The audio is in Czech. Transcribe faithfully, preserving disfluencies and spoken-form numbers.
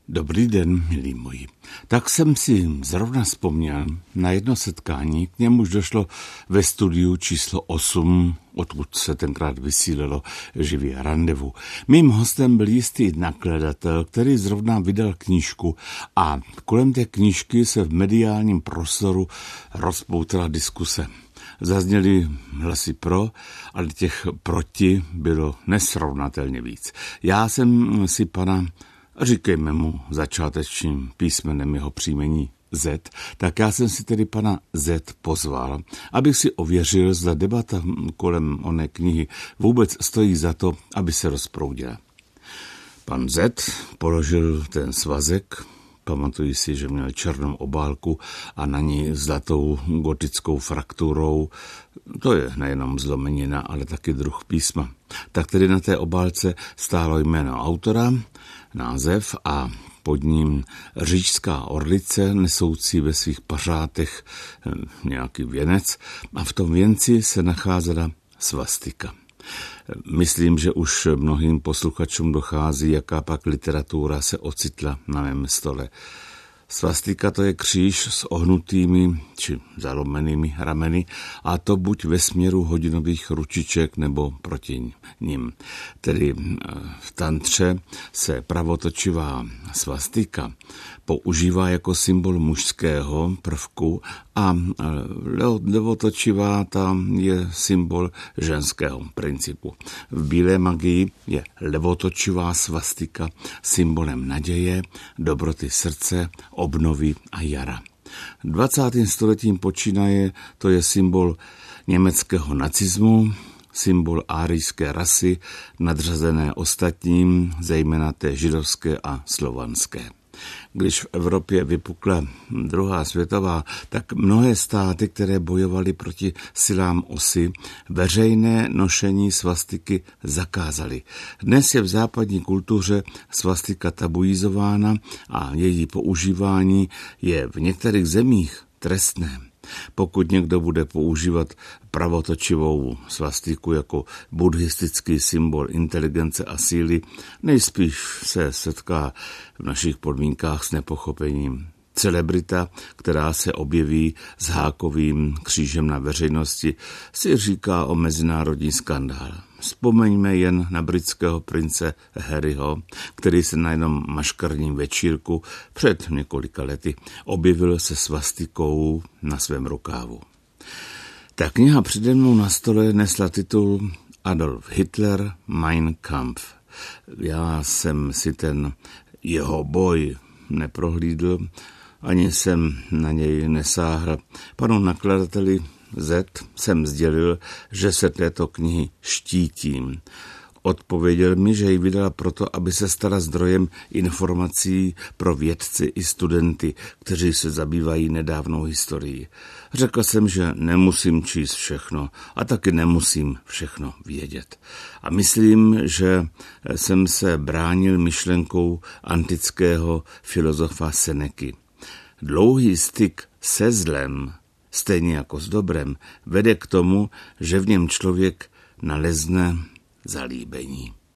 Dobrý den, milí moji. Tak jsem si zrovna vzpomněl na jedno setkání, k němuž došlo ve studiu číslo osm, odkud se tenkrát vysílalo živě randevu. Mým hostem byl jistý nakladatel, který zrovna vydal knížku a kolem té knížky se v mediálním prostoru rozpoutala diskuse. Zazněly hlasy pro, ale těch proti bylo nesrovnatelně víc. Já jsem si pana, říkejme mu začátečním písmenem jeho příjmení Z, tak já jsem si tedy pana Z pozval, abych si ověřil, zda debata kolem oné knihy vůbec stojí za to, aby se rozproudila. Pan Z položil ten svazek, pamatuji si, že měl černou obálku a na ní zlatou gotickou frakturou. To je nejenom zlomenina, ale taky druh písma. Tak tedy na té obálce stálo jméno autora, název a pod ním říšská orlice nesoucí ve svých pařátech nějaký věnec a v tom věnci se nacházela svastika. Myslím, že už mnohým posluchačům dochází, jaká pak literatura se ocitla na mém stole. Svastika to je kříž s ohnutými či zalomenými rameny a to buď ve směru hodinových ručiček nebo proti nim. Tedy v tantře se pravotočivá svastika používá jako symbol mužského prvku a levotočivá tam je symbol ženského principu. V bílé magii je levotočivá svastika symbolem naděje, dobroty srdce, obnovy a jara. dvacátým stoletím počínaje to je symbol německého nacismu, symbol árijské rasy, nadřazené ostatním, zejména té židovské a slovanské. Když v Evropě vypukla druhá světová, tak mnohé státy, které bojovaly proti silám osy, veřejné nošení svastiky zakázaly. Dnes je v západní kultuře svastika tabuizována a její používání je v některých zemích trestné. Pokud někdo bude používat pravotočivou svastiku jako buddhistický symbol inteligence a síly, nejspíš se setká v našich podmínkách s nepochopením. Celebrita, která se objeví s hákovým křížem na veřejnosti, si říká o mezinárodní skandál. Vzpomeňme jen na britského prince Harryho, který se na jednom maškarním večírku před několika lety objevil se svastikou na svém rukávu. Ta kniha přede mnou na stole nesla titul Adolf Hitler, Mein Kampf. Já jsem si ten jeho boj neprohlídl, ani jsem na něj nesáhl. Panu nakladateli Z jsem sdělil, že se této knihy štítím. Odpověděl mi, že ji vydala proto, aby se stala zdrojem informací pro vědci i studenty, kteří se zabývají nedávnou historií. Řekl jsem, že nemusím číst všechno a taky nemusím všechno vědět. A myslím, že jsem se bránil myšlenkou antického filozofa Seneky. Dlouhý styk se zlem, stejně jako s dobrem, vede k tomu, že v něm člověk nalezne zalíbení.